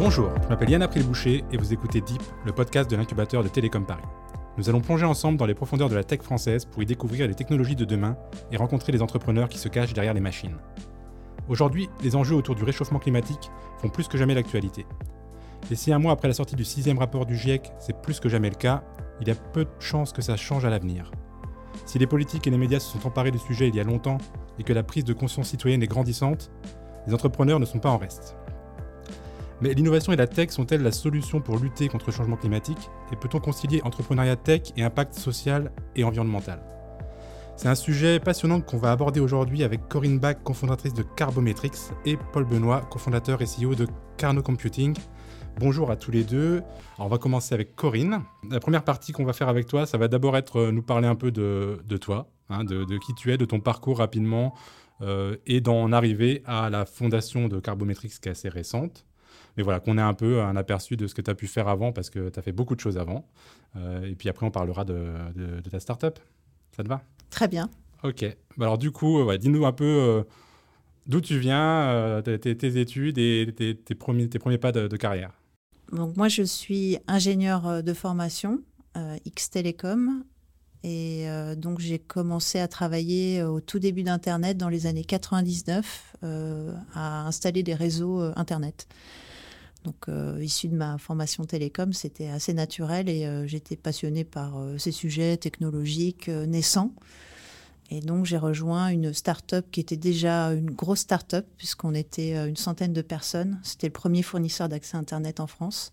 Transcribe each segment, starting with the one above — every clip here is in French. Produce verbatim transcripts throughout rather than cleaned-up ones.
Bonjour, je m'appelle Yann April-Boucher et vous écoutez Deep, le podcast de l'incubateur de Télécom Paris. Nous allons plonger ensemble dans les profondeurs de la tech française pour y découvrir les technologies de demain et rencontrer les entrepreneurs qui se cachent derrière les machines. Aujourd'hui, les enjeux autour du réchauffement climatique font plus que jamais l'actualité. Et si un mois après la sortie du sixième rapport du GIEC, c'est plus que jamais le cas, il y a peu de chances que ça change à l'avenir. Si les politiques et les médias se sont emparés du sujet il y a longtemps et que la prise de conscience citoyenne est grandissante, les entrepreneurs ne sont pas en reste. Mais l'innovation et la tech sont-elles la solution pour lutter contre le changement climatique et peut-on concilier entrepreneuriat tech et impact social et environnemental ? C'est un sujet passionnant qu'on va aborder aujourd'hui avec Corinne Bach, cofondatrice de Carbometrics, et Paul Benoît, cofondateur et C E O de Carnot Computing. Bonjour à tous les deux. Alors on va commencer avec Corinne. La première partie qu'on va faire avec toi, ça va d'abord être euh, nous parler un peu de, de toi, hein, de, de qui tu es, de ton parcours rapidement, euh, et d'en arriver à la fondation de Carbometrics qui est assez récente. Mais voilà, qu'on ait un peu un aperçu de ce que tu as pu faire avant, parce que tu as fait beaucoup de choses avant. Euh, et puis après, on parlera de, de, de ta start-up. Ça te va ? Très bien. Ok. Bah alors du coup, ouais, dis-nous un peu euh, d'où tu viens, euh, tes, tes études et tes, tes, premiers, tes premiers pas de, de carrière. Donc moi, je suis ingénieure de formation, euh, X Télécom. Et euh, donc, j'ai commencé à travailler au tout début d'Internet, dans les années quatre-vingt-dix-neuf, euh, à installer des réseaux euh, Internet. Donc, euh, issu de ma formation télécom, c'était assez naturel et euh, j'étais passionnée par euh, ces sujets technologiques euh, naissants. Et donc, j'ai rejoint une start-up qui était déjà une grosse start-up, puisqu'on était euh, une centaine de personnes. C'était le premier fournisseur d'accès Internet en France.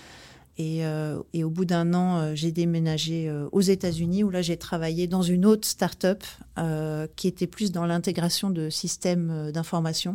Et, euh, et au bout d'un an, euh, j'ai déménagé euh, aux États-Unis, où là, j'ai travaillé dans une autre start-up euh, qui était plus dans l'intégration de systèmes euh, d'information.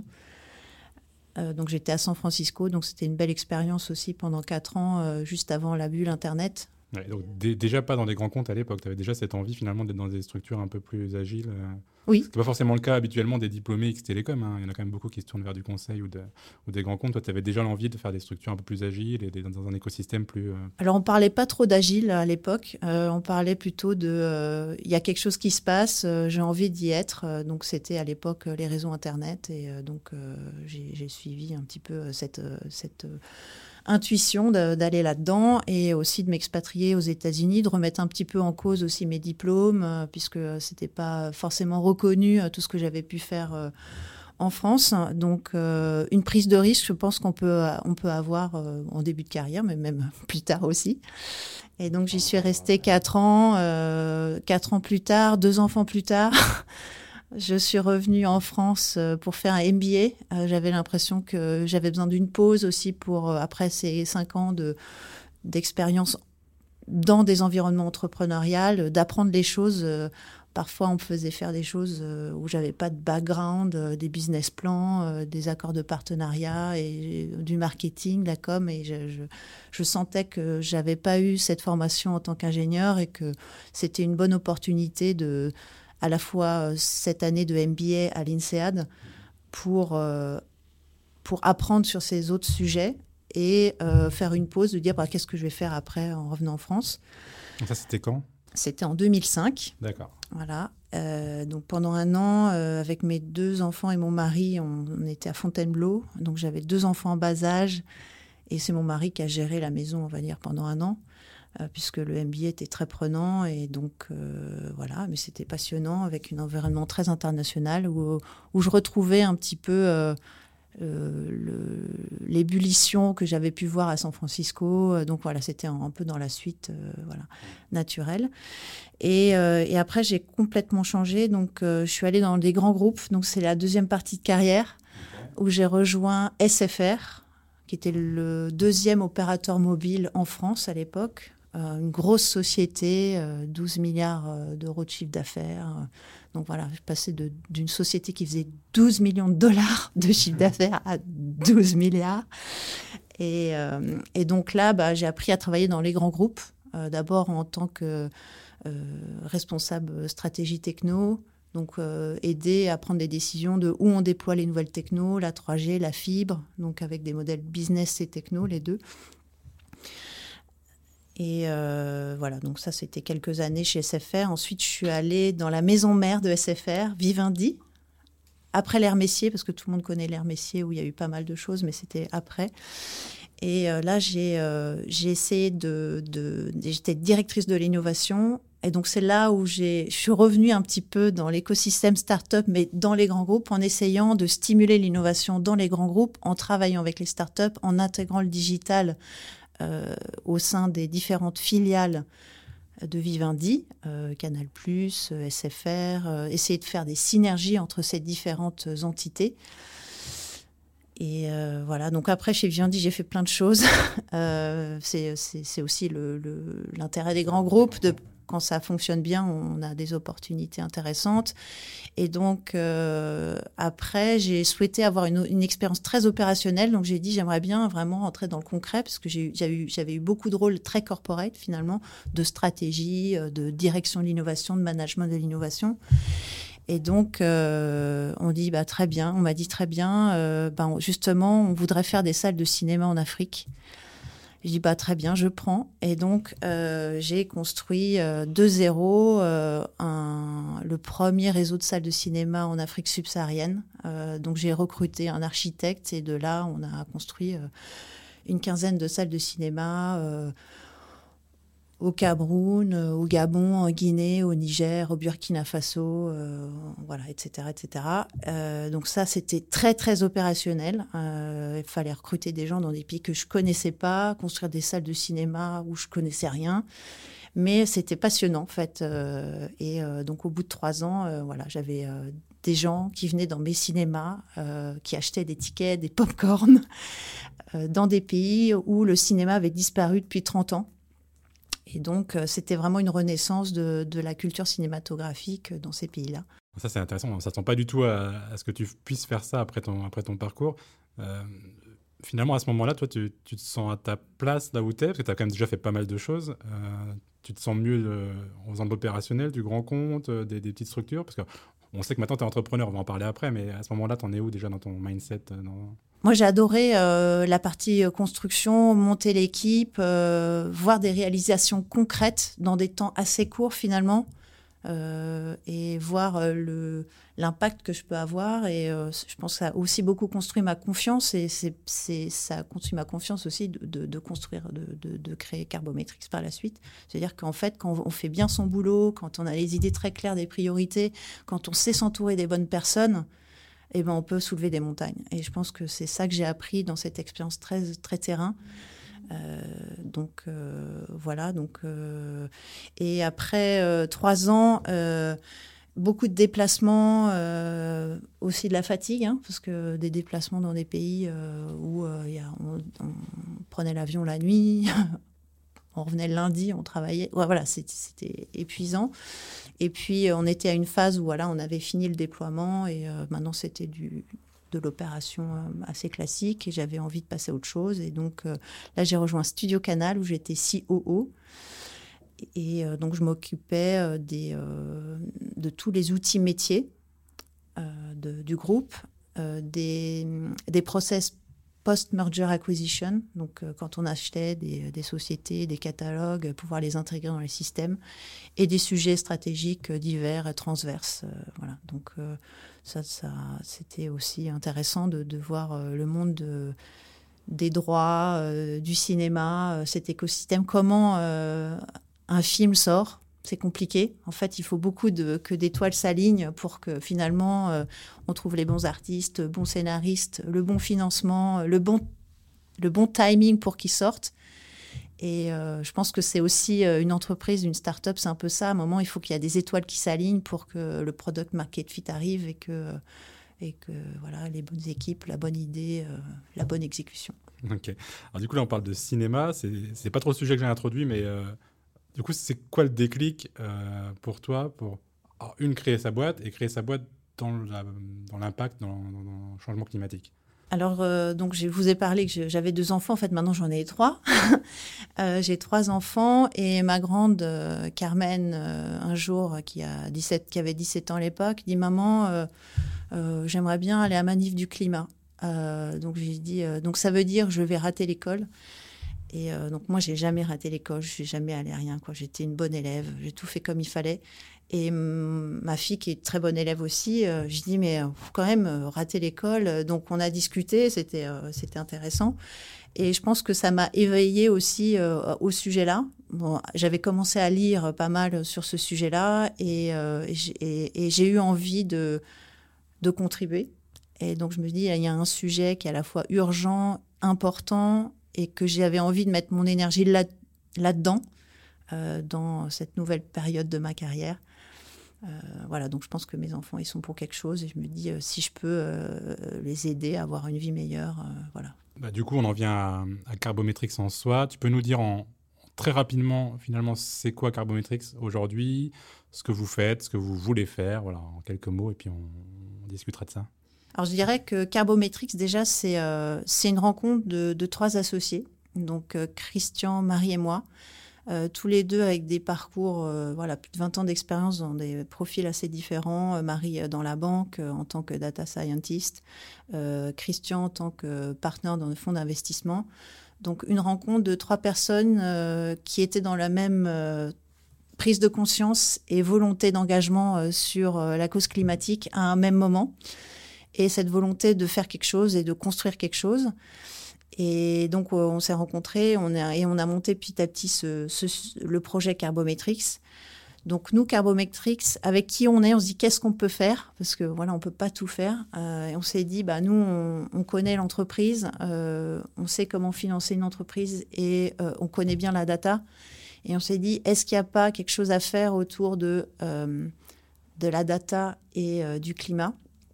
Euh, donc, j'étais à San Francisco, donc c'était une belle expérience aussi pendant quatre ans, euh, juste avant la bulle Internet. Ouais, donc d- déjà pas dans des grands comptes à l'époque, tu avais déjà cette envie finalement d'être dans des structures un peu plus agiles. Euh... Oui. Ce n'est pas forcément le cas habituellement des diplômés X Télécom. Hein. Il y en a quand même beaucoup qui se tournent vers du conseil ou, de, ou des grands comptes. Toi, tu avais déjà l'envie de faire des structures un peu plus agiles et des, dans un écosystème plus... Euh... Alors, on ne parlait pas trop d'agile à l'époque. Euh, on parlait plutôt de... Il euh, y a quelque chose qui se passe, euh, j'ai envie d'y être. Euh, donc, c'était à l'époque euh, les réseaux Internet. Et euh, donc, euh, j'ai, j'ai suivi un petit peu euh, cette... Euh, cette euh, intuition de, d'aller là-dedans et aussi de m'expatrier aux États-Unis, de remettre un petit peu en cause aussi mes diplômes, euh, puisque c'était pas forcément reconnu euh, tout ce que j'avais pu faire euh, en France. Donc, euh, une prise de risque, je pense qu'on peut, on peut avoir euh, en début de carrière, mais même plus tard aussi. Et donc, j'y suis restée quatre ans. Euh, quatre ans plus tard, deux enfants plus tard, je suis revenue en France pour faire un M B A. Euh, j'avais l'impression que j'avais besoin d'une pause aussi pour, après ces cinq ans de, d'expérience dans des environnements entrepreneuriaux, d'apprendre les choses. Euh, parfois, on me faisait faire des choses où j'avais pas de background, euh, des business plans, euh, des accords de partenariat, et du marketing, la com. Et je, je, je sentais que j'avais pas eu cette formation en tant qu'ingénieur et que c'était une bonne opportunité de... à la fois cette année de M B A à l'INSEAD pour, euh, pour apprendre sur ces autres sujets et euh, faire une pause, de dire bah, qu'est-ce que je vais faire après en revenant en France. Donc ça, c'était quand ? C'était en deux mille cinq. D'accord. Voilà. Euh, donc pendant un an, euh, avec mes deux enfants et mon mari, on, on était à Fontainebleau. Donc j'avais deux enfants en bas âge et c'est mon mari qui a géré la maison, on va dire, pendant un an. Euh, puisque le M B A était très prenant et donc euh, voilà, mais c'était passionnant avec un environnement très international où, où je retrouvais un petit peu euh, euh, le, l'ébullition que j'avais pu voir à San Francisco. Donc voilà, c'était un, un peu dans la suite euh, voilà, naturelle. Et, euh, et après, j'ai complètement changé. Donc euh, je suis allée dans des grands groupes. Donc c'est la deuxième partie de carrière où j'ai rejoint S F R, qui était le deuxième opérateur mobile en France à l'époque. Euh, une grosse société, euh, douze milliards d'euros de chiffre d'affaires. Donc voilà, je passais de, d'une société qui faisait douze millions de dollars de chiffre d'affaires à douze milliards. Et, euh, et donc là, bah, j'ai appris à travailler dans les grands groupes. Euh, d'abord en tant que euh, responsable stratégie techno, donc euh, aider à prendre des décisions de où on déploie les nouvelles techno, la trois G, la fibre, donc avec des modèles business et techno, les deux. Et euh, voilà, donc ça, c'était quelques années chez S F R. Ensuite, je suis allée dans la maison mère de S F R, Vivendi, après l'Air Messier, parce que tout le monde connaît l'Air Messier, où il y a eu pas mal de choses, mais c'était après. Et euh, là, j'ai, euh, j'ai essayé de, de... J'étais directrice de l'innovation. Et donc, c'est là où j'ai, je suis revenue un petit peu dans l'écosystème start-up, mais dans les grands groupes, en essayant de stimuler l'innovation dans les grands groupes, en travaillant avec les start-up, en intégrant le digital euh, au sein des différentes filiales de Vivendi, euh, Canal+, S F R, euh, essayer de faire des synergies entre ces différentes entités. Et euh, voilà, donc après, chez Vivendi, j'ai fait plein de choses. euh, c'est, c'est, c'est aussi le, le, l'intérêt des grands groupes. De, quand ça fonctionne bien, on a des opportunités intéressantes. Et donc, euh, après, j'ai souhaité avoir une, une expérience très opérationnelle. Donc, j'ai dit, j'aimerais bien vraiment rentrer dans le concret, parce que j'ai, j'ai eu, j'avais eu beaucoup de rôles très corporate, finalement, de stratégie, de direction de l'innovation, de management de l'innovation. Et donc, euh, on dit, bah, très bien, on m'a dit très bien, euh, ben, justement, on voudrait faire des salles de cinéma en Afrique. Je dis, bah, très bien, je prends. Et donc, euh, j'ai construit euh, de zéro euh, un, le premier réseau de salles de cinéma en Afrique subsaharienne. Euh, donc, j'ai recruté un architecte et de là, on a construit euh, une quinzaine de salles de cinéma euh, au Cameroun, au Gabon, en Guinée, au Niger, au Burkina Faso, euh, voilà, et cetera, et cetera. Euh, donc ça, c'était très, très opérationnel. Euh, il fallait recruter des gens dans des pays que je connaissais pas, construire des salles de cinéma où je connaissais rien. Mais c'était passionnant, en fait. Euh, et euh, donc, au bout de trois ans, euh, voilà, j'avais euh, des gens qui venaient dans mes cinémas, euh, qui achetaient des tickets, des pop-corn, euh, dans des pays où le cinéma avait disparu depuis trente ans. Et donc, euh, c'était vraiment une renaissance de, de la culture cinématographique dans ces pays-là. Ça, c'est intéressant. On ne s'attend pas du tout à, à ce que tu puisses faire ça après ton, après ton parcours. Euh, finalement, à ce moment-là, toi, tu, tu te sens à ta place là où tu es, parce que tu as quand même déjà fait pas mal de choses. Euh, tu te sens mieux euh, en faisant de l'opérationnel, du grand compte, euh, des, des petites structures, parce qu'on sait que maintenant, tu es entrepreneur, on va en parler après, mais à ce moment-là, tu en es où déjà dans ton mindset dans... Moi, j'ai adoré euh, la partie construction, monter l'équipe, euh, voir des réalisations concrètes dans des temps assez courts finalement, euh, et voir euh, le, l'impact que je peux avoir. Et euh, je pense que ça a aussi beaucoup construit ma confiance, et c'est, c'est, ça a construit ma confiance aussi de, de, de construire, de, de, de créer Carbometrics par la suite. C'est-à-dire qu'en fait, quand on fait bien son boulot, quand on a les idées très claires des priorités, quand on sait s'entourer des bonnes personnes, eh ben, on peut soulever des montagnes. Et je pense que c'est ça que j'ai appris dans cette expérience très, très terrain. Euh, donc, euh, voilà. Donc, euh, et après euh, trois ans, euh, beaucoup de déplacements, euh, aussi de la fatigue, hein, parce que des déplacements dans des pays euh, où euh, y a, on, on prenait l'avion la nuit, on revenait le lundi, on travaillait. Ouais, voilà, c'était, c'était épuisant. Et puis, on était à une phase où voilà, on avait fini le déploiement et euh, maintenant, c'était du, de l'opération euh, assez classique et j'avais envie de passer à autre chose. Et donc, euh, là, j'ai rejoint Studio Canal où j'étais C O O. Et euh, donc, je m'occupais euh, des, euh, de tous les outils métiers euh, de, du groupe, euh, des, des process post-merger acquisition, donc euh, quand on achetait des, des sociétés, des catalogues, pouvoir les intégrer dans les systèmes, et des sujets stratégiques divers et transverses. Euh, voilà. Donc euh, ça, ça, c'était aussi intéressant de, de voir euh, le monde de, des droits, euh, du cinéma, euh, cet écosystème, comment euh, un film sort. C'est compliqué. En fait, il faut beaucoup de, que d'étoiles s'alignent pour que finalement, euh, on trouve les bons artistes, bons scénaristes, le bon financement, le bon, le bon timing pour qu'ils sortent. Et euh, je pense que c'est aussi euh, une entreprise, une start-up, c'est un peu ça. À un moment, il faut qu'il y ait des étoiles qui s'alignent pour que le product market fit arrive et que, et que voilà, les bonnes équipes, la bonne idée, euh, la bonne exécution. Ok. Alors du coup, là, on parle de cinéma. C'est, c'est pas trop le sujet que j'ai introduit, mais... Euh... Du coup, c'est quoi le déclic euh, pour toi pour, alors, une, créer sa boîte et créer sa boîte dans, la, dans l'impact, dans, dans, dans le changement climatique? Alors, euh, donc, je vous ai parlé que j'avais deux enfants. En fait, maintenant, j'en ai trois. euh, j'ai trois enfants et ma grande, euh, Carmen, euh, un jour, qui, a dix-sept, qui avait dix-sept ans à l'époque, dit « Maman, euh, euh, j'aimerais bien aller à Manif du climat. Euh, » Donc, j'ai dit euh, « Donc, ça veut dire que je vais rater l'école ?» Et euh, donc moi, j'ai jamais raté l'école, je suis jamais allée à rien, quoi. J'étais une bonne élève, j'ai tout fait comme il fallait. Et hum, ma fille, qui est très bonne élève aussi, euh, je dis mais euh, faut quand même euh, rater l'école. Donc on a discuté, c'était euh, c'était intéressant. Et je pense que ça m'a éveillée aussi euh, au sujet-là. Bon, j'avais commencé à lire pas mal sur ce sujet-là et, euh, et, j'ai, et, et j'ai eu envie de, de contribuer. Et donc, je me dis, il y a un sujet qui est à la fois urgent, important, et que j'avais envie de mettre mon énergie là, là-dedans, euh, dans cette nouvelle période de ma carrière. Euh, voilà, donc je pense que mes enfants, ils sont pour quelque chose. Et je me dis, euh, si je peux euh, les aider à avoir une vie meilleure, euh, voilà. Bah, du coup, on en vient à, à Carbometrix en soi. Tu peux nous dire en, très rapidement, finalement, c'est quoi Carbometrix aujourd'hui, ce que vous faites, ce que vous voulez faire, voilà, en quelques mots, et puis on, on discutera de ça. Alors, je dirais que Carbometrix, déjà, c'est, euh, c'est une rencontre de, de trois associés, donc euh, Christian, Marie et moi, euh, tous les deux avec des parcours, euh, voilà, plus de vingt ans d'expérience dans des profils assez différents. Euh, Marie euh, dans la banque euh, en tant que data scientist, euh, Christian en tant que partenaire dans le fonds d'investissement. Donc, une rencontre de trois personnes euh, qui étaient dans la même euh, prise de conscience et volonté d'engagement euh, sur euh, la cause climatique à un même moment. Et cette volonté de faire quelque chose et de construire quelque chose. Et donc, on s'est rencontrés on a, et on a monté petit à petit ce, ce, le projet Carbometrix. Donc, nous, Carbometrix, avec qui on est, on se dit qu'est-ce qu'on peut faire ? Parce que voilà, on ne peut pas tout faire. Euh, et on s'est dit, bah, nous, on, on connaît l'entreprise, euh, on sait comment financer une entreprise et euh, on connaît bien la data. Et on s'est dit, est-ce qu'il n'y a pas quelque chose à faire autour de, euh, de la data et euh, du climat ?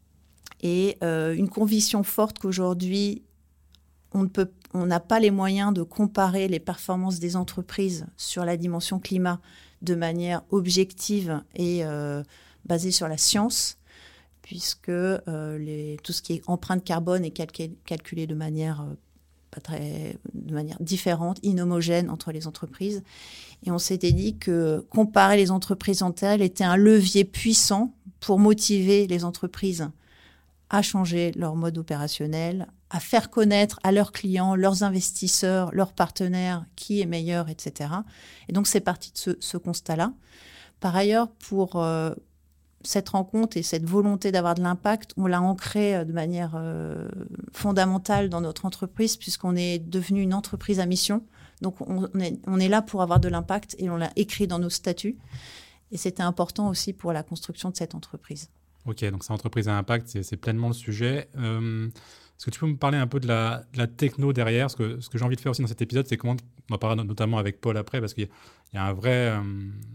Et euh, une conviction forte qu'aujourd'hui, on ne peut, on n'a pas les moyens de comparer les performances des entreprises sur la dimension climat de manière objective et euh, basée sur la science, puisque euh, les, tout ce qui est empreinte carbone est calculé, calculé de manière, euh, pas très, de manière différente, inhomogène entre les entreprises. Et on s'était dit que comparer les entreprises entre elles était un levier puissant pour motiver les entreprises à changer leur mode opérationnel, à faire connaître à leurs clients, leurs investisseurs, leurs partenaires qui est meilleur, et cetera. Et donc, c'est parti de ce, ce constat-là. Par ailleurs, pour euh, cette rencontre et cette volonté d'avoir de l'impact, on l'a ancré de manière euh, fondamentale dans notre entreprise puisqu'on est devenu une entreprise à mission. Donc, on est, on est là pour avoir de l'impact et on l'a écrit dans nos statuts. Et c'était important aussi pour la construction de cette entreprise. Ok, donc c'est entreprise à impact, c'est, c'est pleinement le sujet. Euh, est-ce que tu peux me parler un peu de la, de la techno derrière ? Ce que, ce que j'ai envie de faire aussi dans cet épisode, c'est comment, on va parler notamment avec Paul après, parce qu'il y a, il y a un, vrai, euh,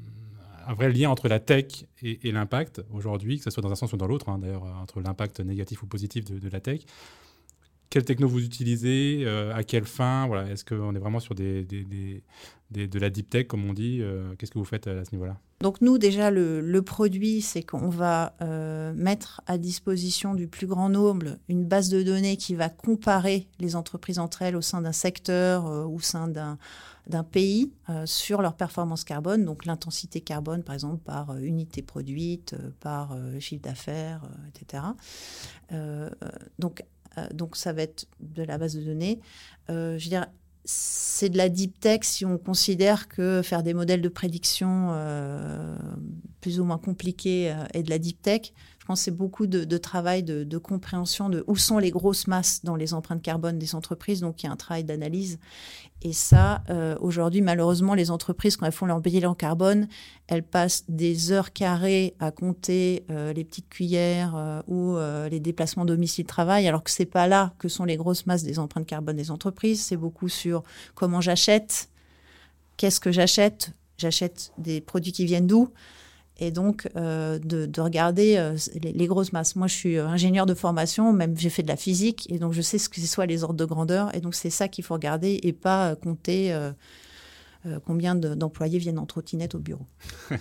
un vrai lien entre la tech et, et l'impact aujourd'hui, que ce soit dans un sens ou dans l'autre, hein, d'ailleurs, entre l'impact négatif ou positif de, de la tech. Quelle techno vous utilisez ? euh, À quelle fin ? Voilà, est-ce qu'on est vraiment sur des, des, des, des, de la deep tech, comme on dit ? euh, Qu'est-ce que vous faites à ce niveau-là ? Donc nous, déjà, le, le produit, c'est qu'on va euh, mettre à disposition du plus grand nombre une base de données qui va comparer les entreprises entre elles au sein d'un secteur, euh, au sein d'un, d'un pays, euh, sur leur performance carbone, donc l'intensité carbone, par exemple, par euh, unité produite, euh, par euh, chiffre d'affaires, euh, et cetera. Euh, donc, euh, donc, ça va être de la base de données. Euh, je veux dire, c'est de la deep tech si on considère que faire des modèles de prédiction euh, plus ou moins compliqués euh, est de la deep tech. Je pense que c'est beaucoup de, de travail de, de compréhension de où sont les grosses masses dans les empreintes carbone des entreprises. Donc, il y a un travail d'analyse. Et ça, euh, aujourd'hui, malheureusement, les entreprises, quand elles font leur bilan carbone, elles passent des heures carrées à compter euh, les petites cuillères euh, ou euh, les déplacements domicile-travail, alors que c'est pas là que sont les grosses masses des empreintes carbone des entreprises. C'est beaucoup sur comment j'achète, qu'est-ce que j'achète, j'achète des produits qui viennent d'où, et donc euh, de, de regarder euh, les, les grosses masses. Moi, je suis ingénieur de formation, même j'ai fait de la physique, et donc je sais ce que ce soit les ordres de grandeur, et donc c'est ça qu'il faut regarder et pas euh, compter euh, euh, combien de, d'employés viennent en trottinette au bureau.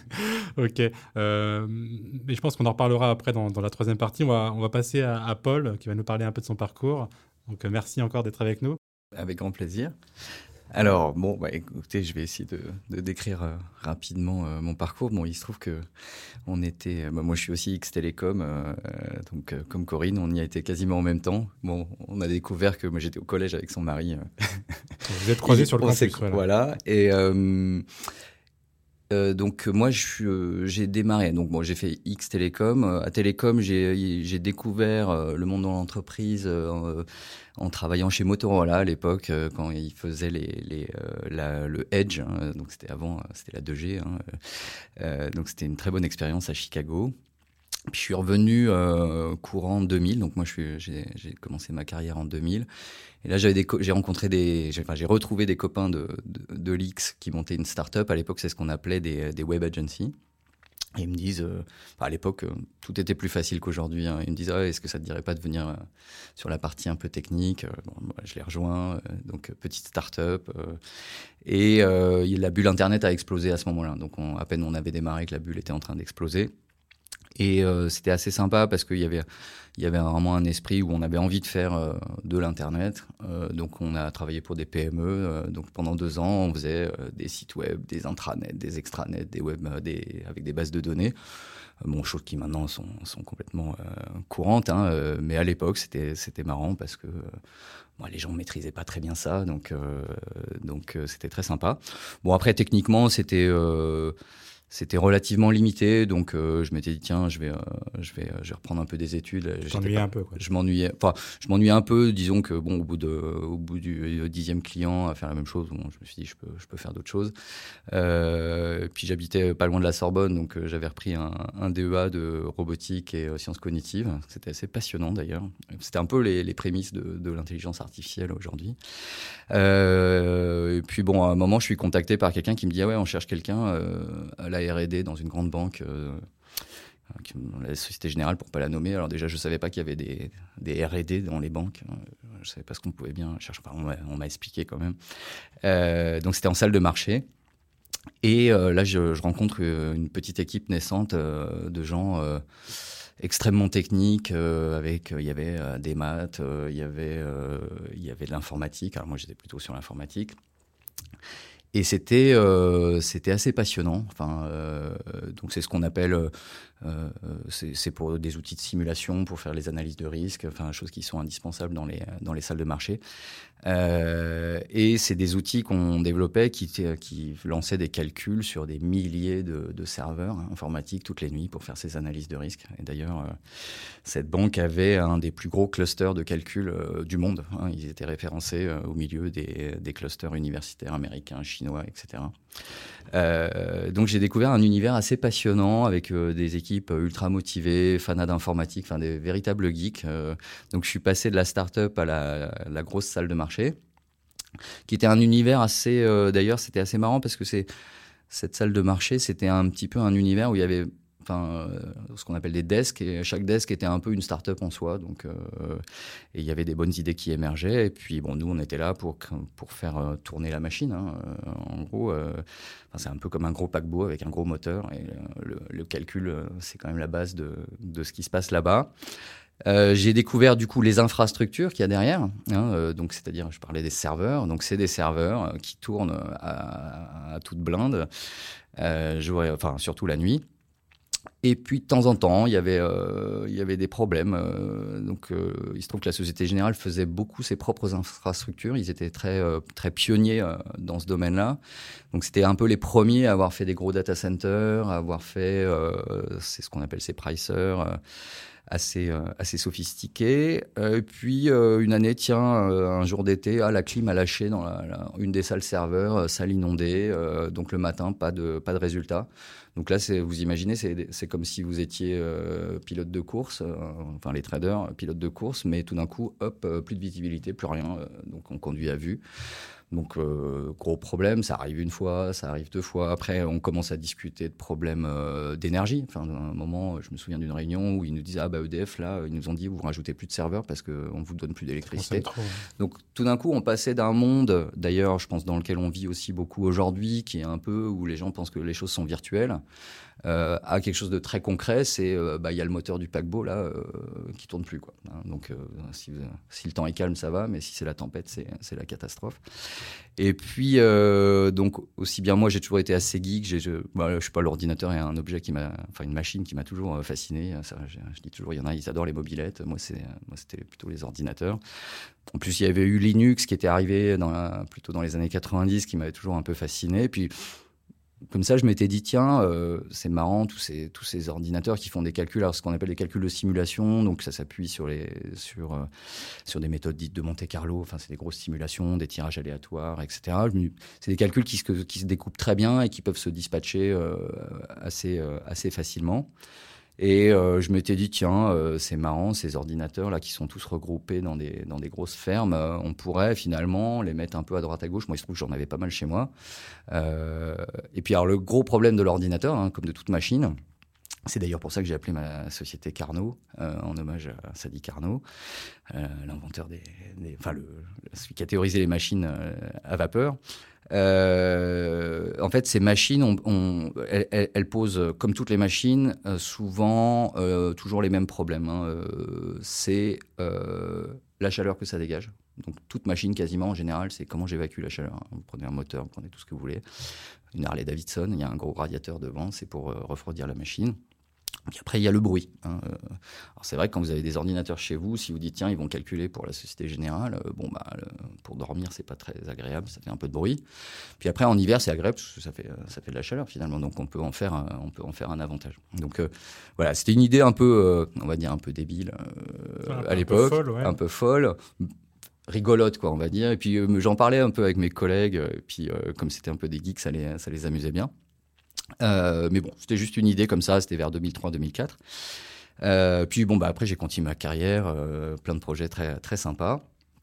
Ok, euh, mais je pense qu'on en reparlera après dans, dans la troisième partie. On va, on va passer à, à Paul qui va nous parler un peu de son parcours. Donc euh, merci encore d'être avec nous. Avec grand plaisir. Alors, bon, bah, écoutez, je vais essayer de, de décrire euh, rapidement euh, mon parcours. Bon, il se trouve que on était, euh, bah, moi, je suis aussi X-Télécom, euh, donc euh, comme Corinne, on y a été quasiment en même temps. Bon, on a découvert que moi, j'étais au collège avec son mari. Euh, Vous êtes croisés sur le campus. Voilà. voilà. Et euh, euh, donc moi, je suis, euh, j'ai démarré. Donc bon, j'ai fait X Télécom. À Télécom, j'ai, j'ai découvert euh, le monde de l'entreprise euh, en travaillant chez Motorola à l'époque, euh, quand ils faisaient les, les, euh, la, le Edge. Hein, donc c'était avant, c'était la deux G. Hein, euh, donc c'était une très bonne expérience à Chicago. Puis je suis revenu euh, courant deux mille, donc moi je suis, j'ai, j'ai commencé ma carrière en deux mille. Et là j'avais des, j'ai rencontré des, j'ai, enfin j'ai retrouvé des copains de de, de l'I X qui montaient une start-up. À l'époque c'est ce qu'on appelait des, des web agencies. Et ils me disent, euh, enfin, à l'époque euh, tout était plus facile qu'aujourd'hui. Hein. Ils me disent, ah, est-ce que ça te dirait pas de venir euh, sur la partie un peu technique? euh, bon, moi, je les rejoins, euh, donc petite start-up. Euh, et euh, la bulle Internet a explosé à ce moment-là. Donc on, à peine on avait démarré que la bulle était en train d'exploser. Et euh, c'était assez sympa parce qu'il y avait, il y avait vraiment un esprit où on avait envie de faire euh, de l'Internet. Euh, donc, on a travaillé pour des P M E. Euh, donc, pendant deux ans, on faisait euh, des sites web, des intranets, des extranets, des web, euh, des, avec des bases de données. Euh, bon, choses qui maintenant sont, sont complètement euh, courantes. Hein, euh, mais à l'époque, c'était, c'était marrant parce que euh, bon, les gens ne maîtrisaient pas très bien ça. Donc, euh, donc euh, c'était très sympa. Bon, après, techniquement, c'était... Euh, C'était relativement limité, donc euh, je m'étais dit tiens, je vais, euh, je vais, euh, je vais reprendre un peu des études. Je t'ennuyais un peu, quoi. Je m'ennuyais, enfin, je m'ennuyais un peu. Disons que bon, au bout de, au bout du dixième client à faire la même chose, bon, je me suis dit je peux, je peux faire d'autres choses. Euh, puis j'habitais pas loin de la Sorbonne, donc euh, j'avais repris un, un D E A de robotique et euh, sciences cognitives. C'était assez passionnant d'ailleurs. C'était un peu les, les prémices de, de l'intelligence artificielle aujourd'hui. Euh, et puis bon, à un moment, je suis contacté par quelqu'un qui me dit ah ouais, on cherche quelqu'un euh, à la R et D dans une grande banque, euh, la Société Générale pour pas la nommer. Alors déjà, je savais pas qu'il y avait des, des R et D dans les banques. Je savais pas ce qu'on pouvait bien chercher. Enfin, on, m'a, on m'a expliqué quand même. Euh, donc c'était en salle de marché. Et euh, là, je, je rencontre une petite équipe naissante euh, de gens euh, extrêmement techniques. Euh, avec, il y avait euh, des maths, euh, il y avait, euh, il y avait de l'informatique. Alors moi, j'étais plutôt sur l'informatique. Et c'était, euh, c'était assez passionnant. Enfin, euh, donc c'est ce qu'on appelle, euh, c'est, c'est pour des outils de simulation, pour faire les analyses de risque, enfin, choses qui sont indispensables dans les, dans les salles de marché. Euh, et c'est des outils qu'on développait qui, qui lançaient des calculs sur des milliers de, de serveurs hein, informatiques toutes les nuits pour faire ces analyses de risque. Et d'ailleurs, euh, cette banque avait un des plus gros clusters de calcul euh, du monde. Hein. Ils étaient référencés euh, au milieu des, des clusters universitaires américains, chinois, et cetera. Euh, donc j'ai découvert un univers assez passionnant avec euh, des équipes ultra motivées, fanats d'informatique, enfin des véritables geeks. Euh, donc je suis passé de la start-up à la, la grosse salle de marché, qui était un univers assez... Euh, d'ailleurs, c'était assez marrant parce que c'est, cette salle de marché, c'était un petit peu un univers où il y avait... Enfin, euh, ce qu'on appelle des desks, et chaque desk était un peu une start-up en soi. Donc, euh, et il y avait des bonnes idées qui émergeaient. Et puis, bon, nous, on était là pour, pour faire euh, tourner la machine. Hein. Euh, en gros, euh, c'est un peu comme un gros paquebot avec un gros moteur. Et le, le calcul, c'est quand même la base de, de ce qui se passe là-bas. Euh, j'ai découvert du coup les infrastructures qu'il y a derrière, hein, euh, donc c'est-à-dire je parlais des serveurs, donc c'est des serveurs qui tournent à, à toute blinde, euh, j'aurais, enfin surtout la nuit. Et puis de temps en temps, il y avait, euh, il y avait des problèmes. Euh, donc, euh, il se trouve que la Société Générale faisait beaucoup ses propres infrastructures. Ils étaient très, euh, très pionniers euh, dans ce domaine-là. Donc, c'était un peu les premiers à avoir fait des gros data centers, à avoir fait, euh, c'est ce qu'on appelle ces pricers, euh, assez, euh, assez sophistiqués. Euh, et puis, euh, une année, tiens, euh, un jour d'été, ah, la clim a lâché dans la, la, une des salles serveurs, euh, salle inondée. Euh, donc, le matin, pas de, pas de résultat. Donc là, c'est, vous imaginez, c'est, c'est comme si vous étiez euh, pilote de course, euh, enfin les traders, pilote de course, mais tout d'un coup, hop, euh, plus de visibilité, plus rien. Euh, donc on conduit à vue. Donc euh, gros problème, ça arrive une fois, ça arrive deux fois. Après, on commence à discuter de problèmes euh, d'énergie. Enfin, à un moment, je me souviens d'une réunion où ils nous disaient ah bah E D F là, ils nous ont dit vous rajoutez plus de serveurs parce qu'on vous donne plus d'électricité. Trop, ouais. Donc tout d'un coup, on passait d'un monde, d'ailleurs, je pense dans lequel on vit aussi beaucoup aujourd'hui, qui est un peu où les gens pensent que les choses sont virtuelles. Euh, à quelque chose de très concret, c'est euh, bah, y a le moteur du paquebot là euh, qui tourne plus quoi. Hein, donc euh, si, si le temps est calme ça va, mais si c'est la tempête c'est, c'est la catastrophe. Et puis, euh, donc, aussi bien moi, j'ai toujours été assez geek. J'ai, je, bah, je sais pas, l'ordinateur est un objet qui m'a, enfin, une machine qui m'a toujours fasciné. Ça, je, je dis toujours, il y en a, ils adorent les mobylettes. Moi, c'est, moi, c'était plutôt les ordinateurs. En plus, il y avait eu Linux qui était arrivé dans la, plutôt dans les années quatre-vingt-dix, qui m'avait toujours un peu fasciné. Puis, comme ça, je m'étais dit, tiens, euh, c'est marrant, tous ces, tous ces ordinateurs qui font des calculs, alors ce qu'on appelle des calculs de simulation, donc ça s'appuie sur, les, sur, euh, sur des méthodes dites de Monte-Carlo, enfin, c'est des grosses simulations, des tirages aléatoires, et cetera. C'est des calculs qui se, qui se découpent très bien et qui peuvent se dispatcher euh, assez, euh, assez facilement. Et euh, je m'étais dit, tiens, euh, c'est marrant, ces ordinateurs-là qui sont tous regroupés dans des, dans des grosses fermes, euh, on pourrait finalement les mettre un peu à droite à gauche. Moi, il se trouve que j'en avais pas mal chez moi. Euh, et puis, alors, le gros problème de l'ordinateur, hein, comme de toute machine, c'est d'ailleurs pour ça que j'ai appelé ma société Carnot, euh, en hommage à Sadi Carnot, euh, l'inventeur des, des, enfin, le, celui qui a théorisé les machines euh, à vapeur. Euh, en fait, ces machines, on, on, elles, elles posent, comme toutes les machines, euh, souvent euh, toujours les mêmes problèmes. Hein. Euh, c'est euh, la chaleur que ça dégage. Donc, toute machine, quasiment, en général, c'est comment j'évacue la chaleur. Vous prenez un moteur, vous prenez tout ce que vous voulez. Une Harley Davidson, il y a un gros radiateur devant, c'est pour euh, refroidir la machine. Puis après, il y a le bruit. Hein. Alors, c'est vrai que quand vous avez des ordinateurs chez vous, si vous dites, tiens, ils vont calculer pour la Société Générale, euh, bon, bah, le, pour dormir, c'est pas très agréable, ça fait un peu de bruit. Puis après, en hiver, c'est agréable parce que ça fait, ça fait de la chaleur, finalement. Donc, on peut en faire, un, on peut en faire un avantage. Donc, euh, voilà, c'était une idée un peu, euh, on va dire, un peu débile euh, à l'époque. Un peu folle, ouais. Un peu folle. Rigolote, quoi, on va dire. Et puis, euh, j'en parlais un peu avec mes collègues. Et puis, euh, comme c'était un peu des geeks, ça les, ça les amusait bien. Euh, mais bon, c'était juste une idée comme ça, c'était vers deux mille trois deux mille quatre. Euh, puis bon, bah, après, j'ai continué ma carrière, euh, plein de projets très, très sympas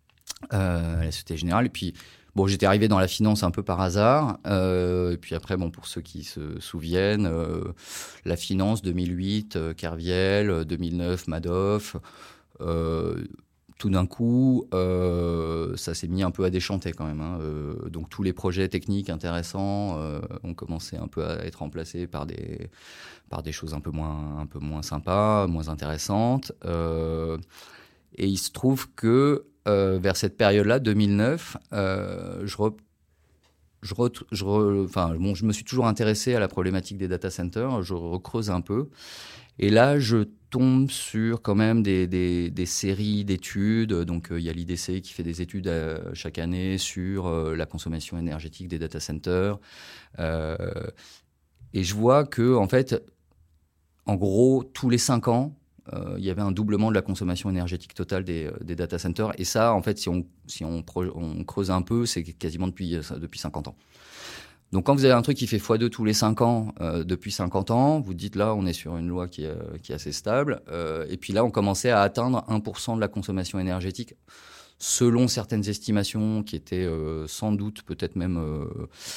euh, à la Société Générale. Et puis, bon, j'étais arrivé dans la finance un peu par hasard. Euh, et puis après, bon, pour ceux qui se souviennent, euh, la finance, deux mille huit, euh, Kerviel, deux mille neuf, Madoff. Euh, Tout d'un coup, euh, ça s'est mis un peu à déchanter quand même. Hein. Euh, donc tous les projets techniques intéressants euh, ont commencé un peu à être remplacés par des, par des choses un peu moins, un peu moins sympas, moins intéressantes. Euh, et il se trouve que euh, vers cette période-là, deux mille neuf, euh, je, re, je, re, je, re, enfin, bon, je me suis toujours intéressé à la problématique des data centers. Je recreuse un peu. Et là, je tombe sur quand même des, des, des séries d'études. Donc, il euh, y a l'I D C qui fait des études euh, chaque année sur euh, la consommation énergétique des data centers. Euh, et je vois que, en fait, en gros, tous les cinq ans, il euh, y avait un doublement de la consommation énergétique totale des, des data centers. Et ça, en fait, si on, si on, pro, on creuse un peu, c'est quasiment depuis, depuis cinquante ans. Donc, quand vous avez un truc qui fait fois deux tous les cinq ans, euh, depuis cinquante ans, vous dites là, on est sur une loi qui est, qui est assez stable. Euh, et puis là, on commençait à atteindre un pour cent de la consommation énergétique, selon certaines estimations qui étaient euh, sans doute peut-être même euh,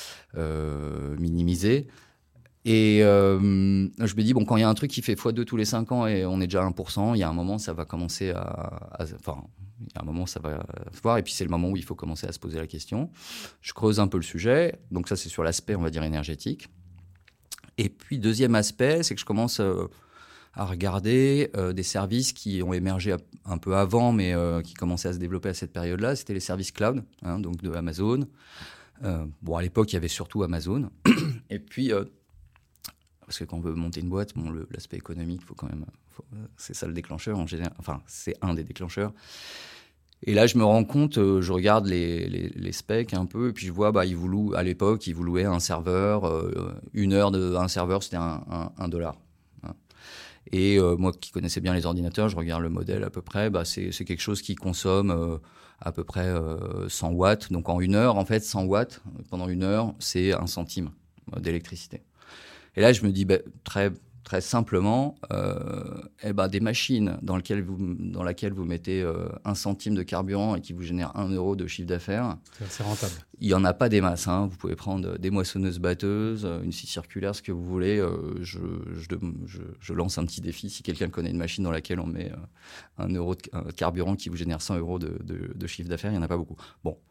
euh, minimisées. Et euh, je me dis, bon, quand il y a un truc qui fait fois deux tous les cinq ans et on est déjà à un pour cent, il y a un moment, ça va commencer à... à enfin, il y a un moment, ça va se voir. Et puis, c'est le moment où il faut commencer à se poser la question. Je creuse un peu le sujet. Donc, ça, c'est sur l'aspect, on va dire, énergétique. Et puis, deuxième aspect, c'est que je commence euh, à regarder euh, des services qui ont émergé un peu avant, mais euh, qui commençaient à se développer à cette période-là. C'était les services cloud, hein, donc de Amazon. Euh, bon, à l'époque, il y avait surtout Amazon. Et puis... Euh, Parce que quand on veut monter une boîte, bon, le, l'aspect économique, faut quand même, faut, c'est ça le déclencheur en général. Enfin, c'est un des déclencheurs. Et là, je me rends compte, euh, je regarde les, les, les specs un peu, et puis je vois, bah, ils vous louent, à l'époque, ils vous louaient un serveur, euh, une heure d'un serveur, c'était un, un, un dollar. Hein. Et euh, moi, qui connaissais bien les ordinateurs, je regarde le modèle à peu près, bah, c'est, c'est quelque chose qui consomme euh, à peu près euh, cent watts. Donc en une heure, en fait, cent watts pendant une heure, c'est un centime d'électricité. Et là, je me dis, bah, très, très simplement, euh, eh ben, des machines dans, lequel vous, dans laquelle vous mettez euh, un centime de carburant et qui vous génèrent un euro de chiffre d'affaires, c'est assez rentable. Il n'y en a pas des masses. Hein. Vous pouvez prendre des moissonneuses-batteuses, une scie circulaire, ce que vous voulez. Euh, je, je, je, je lance un petit défi. Si quelqu'un connaît une machine dans laquelle on met euh, un euro de un carburant qui vous génère cent euros de, de, de chiffre d'affaires, il n'y en a pas beaucoup. Bon,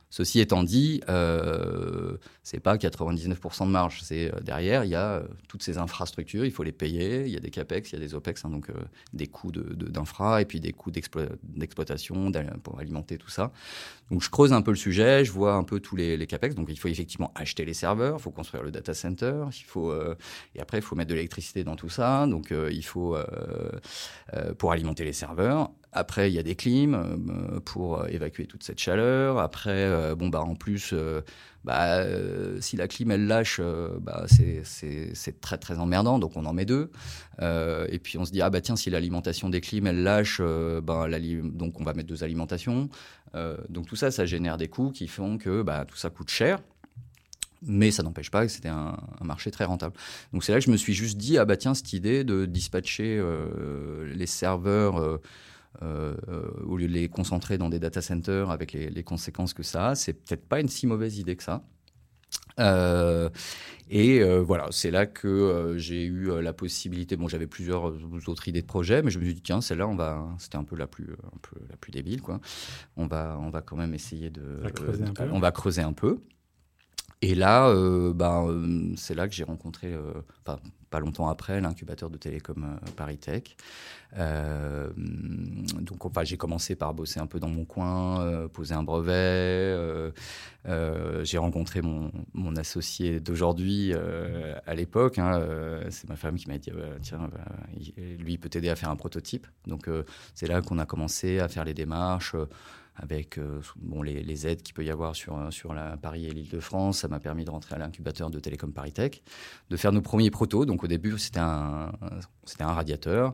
Ceci étant dit, euh, c'est pas quatre-vingt-dix-neuf pour cent de marge. C'est, euh, derrière, il y a euh, toutes ces infrastructures, il faut les payer. Il y a des capex, il y a des opex, hein, donc euh, des coûts de, de, d'infra et puis des coûts d'explo- d'exploitation pour alimenter tout ça. Donc je creuse un peu le sujet, je vois un peu tous les, les capex. Donc il faut effectivement acheter les serveurs, il faut construire le data center, il faut euh, et après il faut mettre de l'électricité dans tout ça. Donc euh, il faut euh, euh, pour alimenter les serveurs. Après, il y a des clims euh, pour évacuer toute cette chaleur. Après, euh, bon, bah, en plus, euh, bah, euh, si la clim, elle lâche, euh, bah, c'est, c'est, c'est très, très emmerdant. Donc, on en met deux. Euh, et puis, on se dit, ah bah tiens, si l'alimentation des clims, elle lâche, euh, bah, donc on va mettre deux alimentations. Euh, donc, tout ça, ça génère des coûts qui font que bah, tout ça coûte cher. Mais ça n'empêche pas que c'était un, un marché très rentable. Donc, c'est là que je me suis juste dit, ah bah tiens, cette idée de dispatcher euh, les serveurs... Euh, Euh, euh, au lieu de les concentrer dans des data centers avec les, les conséquences que ça a, c'est peut-être pas une si mauvaise idée que ça. Euh, et euh, voilà, c'est là que euh, j'ai eu euh, la possibilité. Bon, j'avais plusieurs autres idées de projets, mais je me suis dit tiens, celle-là, on va. C'était un peu la plus, un peu la plus débile, quoi. On va, on va quand même essayer de. On va creuser un peu. On va creuser un peu. Et là, euh, bah, euh, c'est là que j'ai rencontré, euh, enfin, pas longtemps après, l'incubateur de Télécom euh, Paris Tech. Euh, donc, enfin, j'ai commencé par bosser un peu dans mon coin, euh, poser un brevet. Euh, euh, j'ai rencontré mon, mon associé d'aujourd'hui euh, à l'époque. Hein, euh, c'est ma femme qui m'a dit euh, tiens, bah, il, lui, il peut t'aider à faire un prototype. Donc, euh, c'est là qu'on a commencé à faire les démarches. Euh, avec euh, bon, les, les aides qu'il peut y avoir sur, sur la Paris et l'Île-de-France. Ça m'a permis de rentrer à l'incubateur de Télécom Paris Tech, de faire nos premiers protos. Donc au début, c'était un, c'était un radiateur.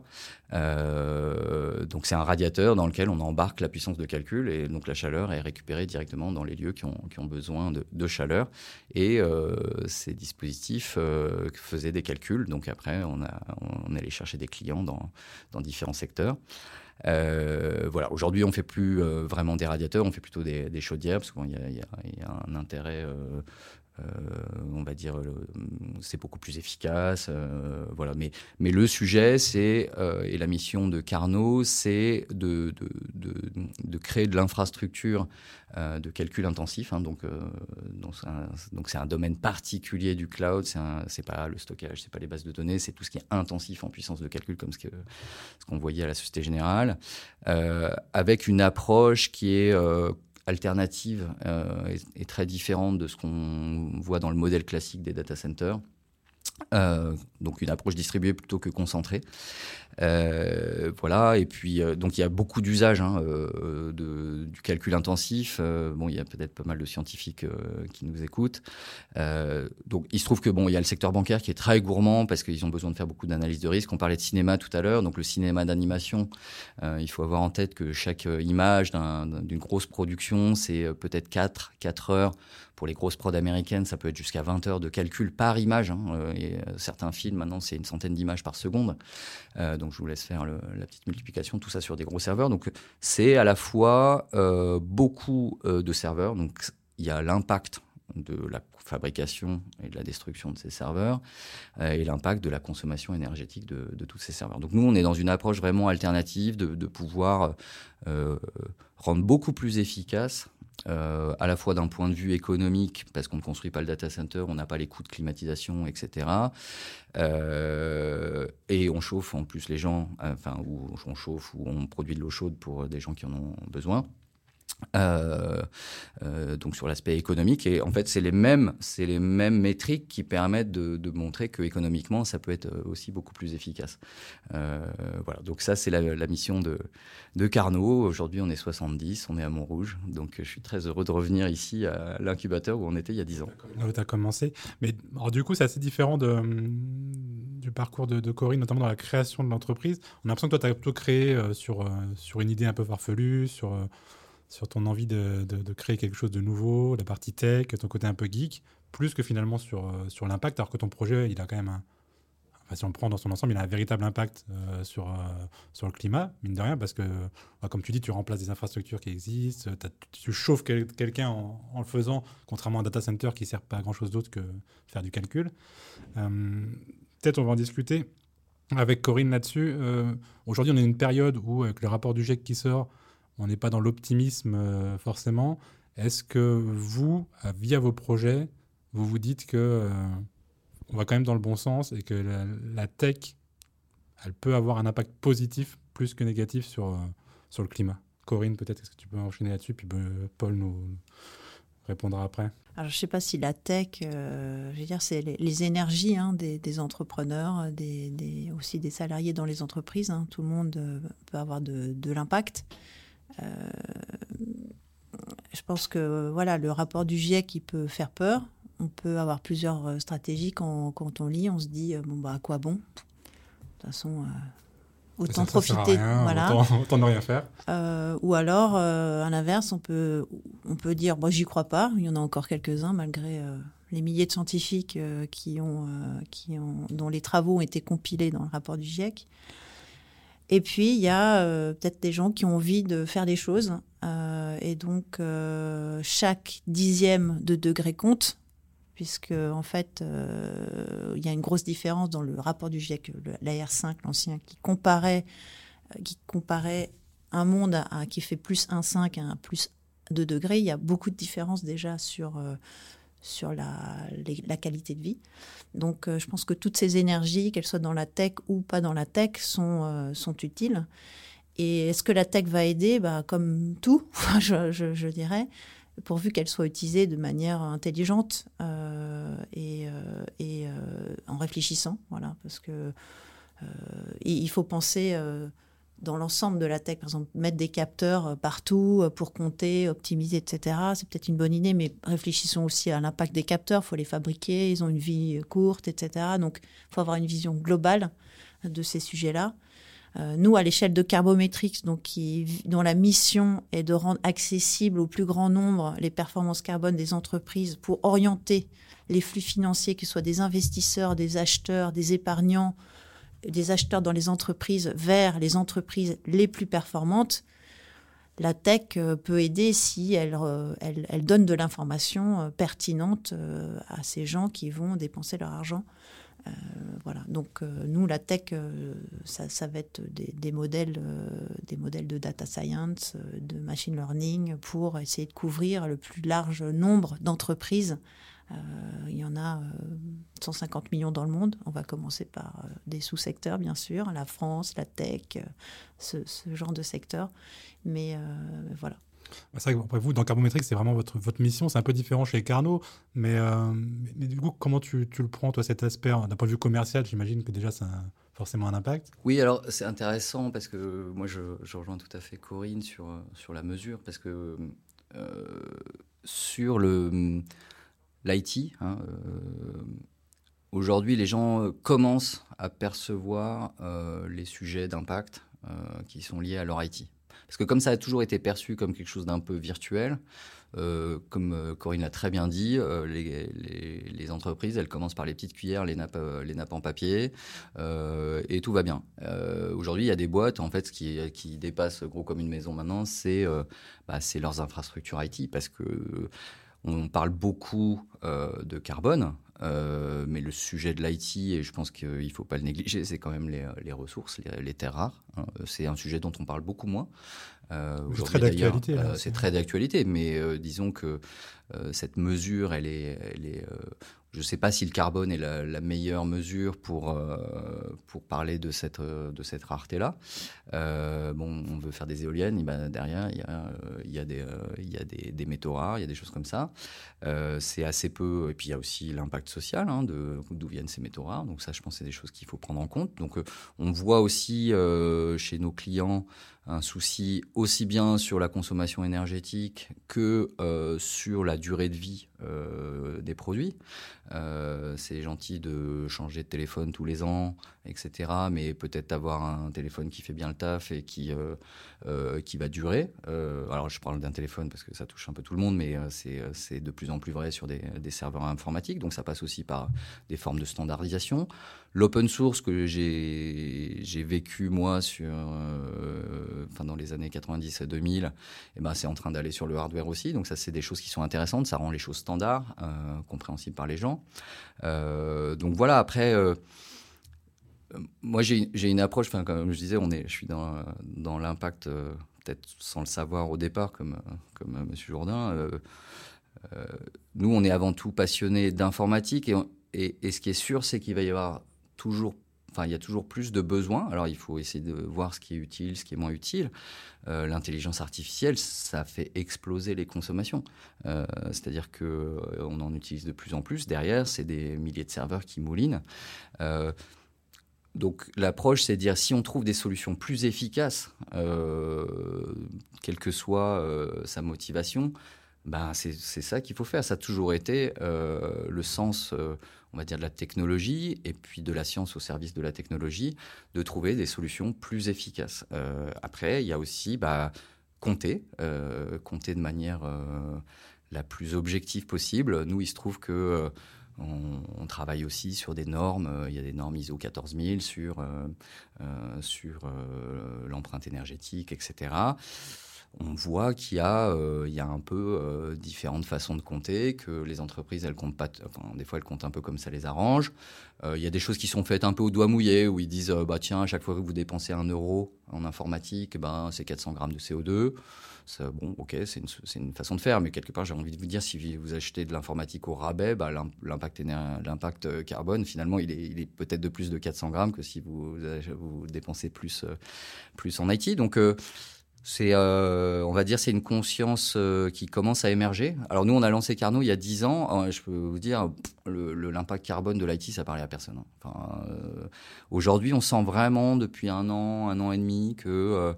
Euh, donc c'est un radiateur dans lequel on embarque la puissance de calcul et donc la chaleur est récupérée directement dans les lieux qui ont, qui ont besoin de, de chaleur. Et euh, ces dispositifs euh, faisaient des calculs. Donc après, on, a, on allait chercher des clients dans, dans différents secteurs. Euh, voilà. Aujourd'hui, on ne fait plus euh, vraiment des radiateurs, on fait plutôt des, des chaudières, parce qu'il y, y, y a un intérêt, euh, euh, on va dire, le, c'est beaucoup plus efficace. Euh, voilà. mais, mais le sujet, c'est, euh, et la mission de Carnot, c'est de, de, de, de créer de l'infrastructure euh, de calcul intensif. Hein, donc, euh, donc, c'est un, donc, c'est un domaine particulier du cloud, c'est, un, c'est pas le stockage, c'est pas les bases de données, c'est tout ce qui est intensif en puissance de calcul, comme ce, que, ce qu'on voyait à la Société Générale, euh, avec une approche qui est euh, alternative euh, et, et très différente de ce qu'on voit dans le modèle classique des data centers. Euh, donc une approche distribuée plutôt que concentrée. Euh, voilà, et puis euh, donc il y a beaucoup d'usages hein, euh, de, du calcul intensif. Euh, bon, il y a peut-être pas mal de scientifiques euh, qui nous écoutent. Euh, donc il se trouve que bon, il y a le secteur bancaire qui est très gourmand parce qu'ils ont besoin de faire beaucoup d'analyse de risque. On parlait de cinéma tout à l'heure, donc le cinéma d'animation. Euh, il faut avoir en tête que chaque image d'un, d'une grosse production, c'est peut-être quatre heures. Pour les grosses prods américaines, ça peut être jusqu'à vingt heures de calcul par image. Hein, et euh, certains films, maintenant, c'est une centaine d'images par seconde. Euh, donc, je vous laisse faire le, la petite multiplication, tout ça sur des gros serveurs. Donc, c'est à la fois euh, beaucoup euh, de serveurs. Donc, il y a l'impact de la fabrication et de la destruction de ces serveurs euh, et l'impact de la consommation énergétique de, de tous ces serveurs. Donc, nous, on est dans une approche vraiment alternative de, de pouvoir euh, rendre beaucoup plus efficace Euh, à la fois d'un point de vue économique, parce qu'on ne construit pas le data center, on n'a pas les coûts de climatisation, et cetera. Euh, et on chauffe en plus les gens, enfin, ou on chauffe ou on produit de l'eau chaude pour des gens qui en ont besoin. Euh, euh, donc sur l'aspect économique, et en fait c'est les mêmes c'est les mêmes métriques qui permettent de, de montrer que économiquement ça peut être aussi beaucoup plus efficace. Euh, voilà, donc ça c'est la, la mission de, de Carnot. Aujourd'hui on est soixante-dix, on est à Montrouge, donc je suis très heureux de revenir ici à l'incubateur où on était il y a dix ans. Là où tu as commencé, mais alors, du coup c'est assez différent de, du parcours de, de Corinne, notamment dans la création de l'entreprise. On a l'impression que toi tu as plutôt créé euh, sur, euh, sur une idée un peu farfelue, sur euh, sur ton envie de, de, de créer quelque chose de nouveau, la partie tech, ton côté un peu geek, plus que finalement sur, euh, sur l'impact, alors que ton projet, il a quand même un... Enfin, si on le prend dans son ensemble, il a un véritable impact euh, sur, euh, sur le climat, mine de rien, parce que, bah, comme tu dis, tu remplaces des infrastructures qui existent, tu chauffes quel, quelqu'un en, en le faisant, contrairement à un data center qui ne sert pas à grand-chose d'autre que faire du calcul. Euh, peut-être on va en discuter avec Corinne là-dessus. Euh, aujourd'hui, on est dans une période où, avec le rapport du GIEC qui sort, on n'est pas dans l'optimisme euh, forcément. Est-ce que vous, via vos projets, vous vous dites que euh, on va quand même dans le bon sens et que la, la tech, elle peut avoir un impact positif plus que négatif sur, euh, sur le climat? Corinne, peut-être, est-ce que tu peux enchaîner là-dessus, puis euh, Paul nous répondra après. Alors, je ne sais pas si la tech, euh, je veux dire, c'est les, les énergies hein, des, des entrepreneurs, des, des, aussi des salariés dans les entreprises. Hein, tout le monde euh, peut avoir de, de l'impact. Euh, je pense que voilà, le rapport du GIEC, il peut faire peur. On peut avoir plusieurs stratégies quand, quand on lit. On se dit, bon, bah, à quoi bon? De toute façon, euh, autant ça, ça profiter. Rien, voilà. autant, autant ne rien faire. Euh, ou alors, euh, à l'inverse, on peut, on peut dire, moi, j'y crois pas. Il y en a encore quelques-uns, malgré euh, les milliers de scientifiques euh, qui ont, euh, qui ont, dont les travaux ont été compilés dans le rapport du GIEC. Et puis, il y a euh, peut-être des gens qui ont envie de faire des choses. Euh, et donc, euh, chaque dixième de degré compte, puisque, en fait, euh, il y a une grosse différence dans le rapport du GIEC, l'A R cinq, l'ancien, qui comparait, euh, qui comparait un monde à, à, qui fait plus un virgule cinq à un plus deux degrés. Il y a beaucoup de différences déjà sur... Euh, sur la, les, la qualité de vie. Donc, euh, je pense que toutes ces énergies, qu'elles soient dans la tech ou pas dans la tech, sont, euh, sont utiles. Et est-ce que la tech va aider? Bah, comme tout, je, je, je dirais, pourvu qu'elle soit utilisée de manière intelligente euh, et, euh, et euh, en réfléchissant. Voilà, parce que euh, il faut penser... Euh, dans l'ensemble de la tech, par exemple, mettre des capteurs partout pour compter, optimiser, et cetera. C'est peut-être une bonne idée, mais réfléchissons aussi à l'impact des capteurs. Il faut les fabriquer, ils ont une vie courte, et cetera. Donc, il faut avoir une vision globale de ces sujets-là. Euh, nous, à l'échelle de Carbometrics, donc, qui, dont la mission est de rendre accessible au plus grand nombre les performances carbone des entreprises pour orienter les flux financiers, qu'ils soient des investisseurs, des acheteurs, des épargnants, des acheteurs dans les entreprises vers les entreprises les plus performantes, la tech peut aider si elle, elle, elle donne de l'information pertinente à ces gens qui vont dépenser leur argent. Euh, voilà. Donc, euh, nous, la tech, euh, ça, ça va être des, des, modèles, euh, des modèles de data science, euh, de machine learning pour essayer de couvrir le plus large nombre d'entreprises. Euh, il y en a euh, cent cinquante millions dans le monde. On va commencer par euh, des sous-secteurs, bien sûr, la France, la tech, euh, ce, ce genre de secteur. Mais euh, voilà. C'est vrai qu'après vous, dans Carbometrics, c'est vraiment votre, votre mission. C'est un peu différent chez Carnot. Mais, euh, mais, mais du coup, comment tu, tu le prends, toi, cet aspect? D'un point de vue commercial, j'imagine que déjà, ça a forcément un impact. Oui, alors c'est intéressant parce que moi, je, je rejoins tout à fait Corinne sur, sur la mesure. Parce que euh, sur le... l'I T, hein, euh, aujourd'hui, les gens commencent à percevoir euh, les sujets d'impact euh, qui sont liés à leur I T. Parce que comme ça a toujours été perçu comme quelque chose d'un peu virtuel, euh, comme Corinne l'a très bien dit, euh, les, les, les entreprises, elles commencent par les petites cuillères, les nappes, les nappes en papier, euh, et tout va bien. Euh, aujourd'hui, il y a des boîtes, en fait, ce qui, qui dépassent gros comme une maison maintenant, c'est, euh, bah, c'est leurs infrastructures I T, parce que on parle beaucoup euh, de carbone, euh, mais le sujet de l'I T, et je pense qu'il ne faut pas le négliger, c'est quand même les, les ressources, les, les terres rares. Hein. C'est un sujet dont on parle beaucoup moins. Euh, c'est très d'actualité. Euh, c'est très d'actualité, mais euh, disons que euh, cette mesure, elle est... Elle est euh, je ne sais pas si le carbone est la, la meilleure mesure pour, euh, pour parler de cette, de cette rareté-là. Euh, bon, on veut faire des éoliennes, et ben derrière, il y a, il y a, des, il y a des, des métaux rares, il y a des choses comme ça. Euh, c'est assez peu... Et puis, il y a aussi l'impact social, hein, de, d'où viennent ces métaux rares. Donc ça, je pense que c'est des choses qu'il faut prendre en compte. Donc, euh, on voit aussi euh, chez nos clients un souci aussi bien sur la consommation énergétique que euh, sur la durée de vie euh, des produits. Euh, c'est gentil de changer de téléphone tous les ans, et cetera. Mais peut-être avoir un téléphone qui fait bien le taf et qui, euh, euh, qui va durer. Euh, alors, je parle d'un téléphone parce que ça touche un peu tout le monde, mais euh, c'est, c'est de plus en plus vrai sur des, des serveurs informatiques. Donc, ça passe aussi par des formes de standardisation. L'open source que j'ai, j'ai vécu, moi, sur, euh, enfin, dans les années quatre-vingt-dix à deux mille, eh ben, c'est en train d'aller sur le hardware aussi. Donc, ça, c'est des choses qui sont intéressantes. Ça rend les choses standards, euh, compréhensibles par les gens. Euh, donc, voilà. Après... Euh, Moi, j'ai, j'ai une approche, enfin, comme je disais, on est, je suis dans, dans l'impact euh, peut-être sans le savoir au départ, comme, comme M. Jourdain, euh, euh, nous, on est avant tout passionnés d'informatique. Et, et, et ce qui est sûr, c'est qu'il va y avoir toujours, enfin, il y a toujours plus de besoins. Alors, il faut essayer de voir ce qui est utile, ce qui est moins utile. Euh, l'intelligence artificielle, ça fait exploser les consommations. Euh, c'est-à-dire qu'on euh, en utilise de plus en plus. Derrière, c'est des milliers de serveurs qui moulinent. Euh, Donc l'approche, c'est de dire si on trouve des solutions plus efficaces, euh, quelle que soit euh, sa motivation, ben c'est, c'est ça qu'il faut faire. Ça a toujours été euh, le sens, euh, on va dire, de la technologie et puis de la science au service de la technologie, de trouver des solutions plus efficaces. Euh, après, il y a aussi bah, compter, euh, compter de manière euh, la plus objective possible. Nous, il se trouve que... Euh, On, on travaille aussi sur des normes. Euh, il y a des normes I S O quatorze mille sur, euh, euh, sur euh, l'empreinte énergétique, et cetera. On voit qu'il y a, euh, il y a un peu euh, différentes façons de compter, que les entreprises, elles comptent pas, t- enfin, des fois, elles comptent un peu comme ça les arrange. Euh, il y a des choses qui sont faites un peu au doigt mouillé, où ils disent, euh, bah, tiens, à chaque fois que vous dépensez un euro en informatique, ben, c'est quatre cents grammes de C O deux. Ça, bon, ok, c'est une, c'est une façon de faire, mais quelque part, j'ai envie de vous dire, si vous achetez de l'informatique au rabais, bah, l'impact, éner- l'impact carbone, finalement, il est, il est peut-être de plus de quatre cents grammes que si vous, vous dépensez plus, plus en I T. Donc, euh, c'est, euh, on va dire, c'est une conscience euh, qui commence à émerger. Alors nous, on a lancé Carnot il y a dix ans. Euh, je peux vous dire, le, le, l'impact carbone de l'I T, ça parlait à personne. Hein. Enfin, euh, aujourd'hui, on sent vraiment depuis un an, un an et demi que euh,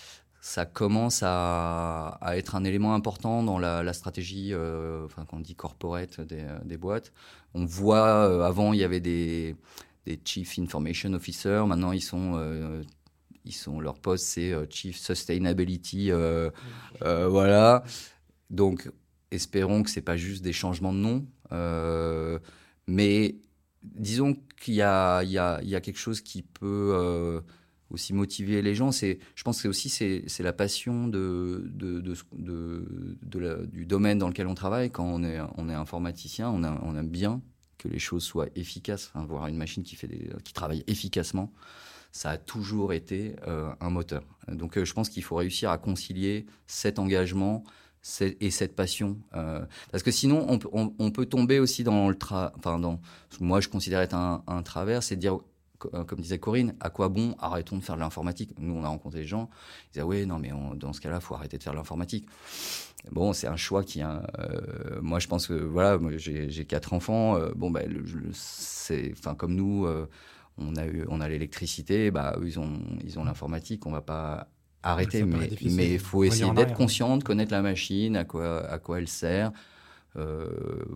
ça commence à, à être un élément important dans la, la stratégie, euh, enfin, quand on dit corporate des, des boîtes. On voit, euh, avant, il y avait des, des Chief Information Officer. Maintenant, ils sont... Euh, Ils sont, leur poste, c'est euh, Chief Sustainability. Euh, euh, voilà. Donc, espérons que ce n'est pas juste des changements de nom. Euh, mais disons qu'il y a, il y a, il y a quelque chose qui peut euh, aussi motiver les gens. C'est, je pense que aussi, c'est, c'est la passion de, de, de, de, de la, du domaine dans lequel on travaille. Quand on est, on est informaticien, on, a, on aime bien que les choses soient efficaces. Enfin, voir une machine qui, fait des, qui travaille efficacement, ça a toujours été euh, un moteur. Donc euh, je pense qu'il faut réussir à concilier cet engagement cette, et cette passion. Euh, parce que sinon, on, on, on peut tomber aussi dans le... Tra- enfin, dans, moi, je considère être un, un travers, c'est de dire, comme disait Corinne, à quoi bon, arrêtons de faire de l'informatique. Nous, on a rencontré des gens, ils disaient, oui, non, mais on, dans ce cas-là, il faut arrêter de faire de l'informatique. Bon, c'est un choix qui... Hein, euh, moi, je pense que, voilà, moi, j'ai, j'ai quatre enfants. Euh, bon, ben, le, le, c'est... Enfin, comme nous... Euh, On a, eu, on a l'électricité, bah, eux, ils ont, ils ont l'informatique, on ne va pas arrêter, mais il faut essayer d'être arrière, conscient, de connaître la machine, à quoi, à quoi elle sert. Euh,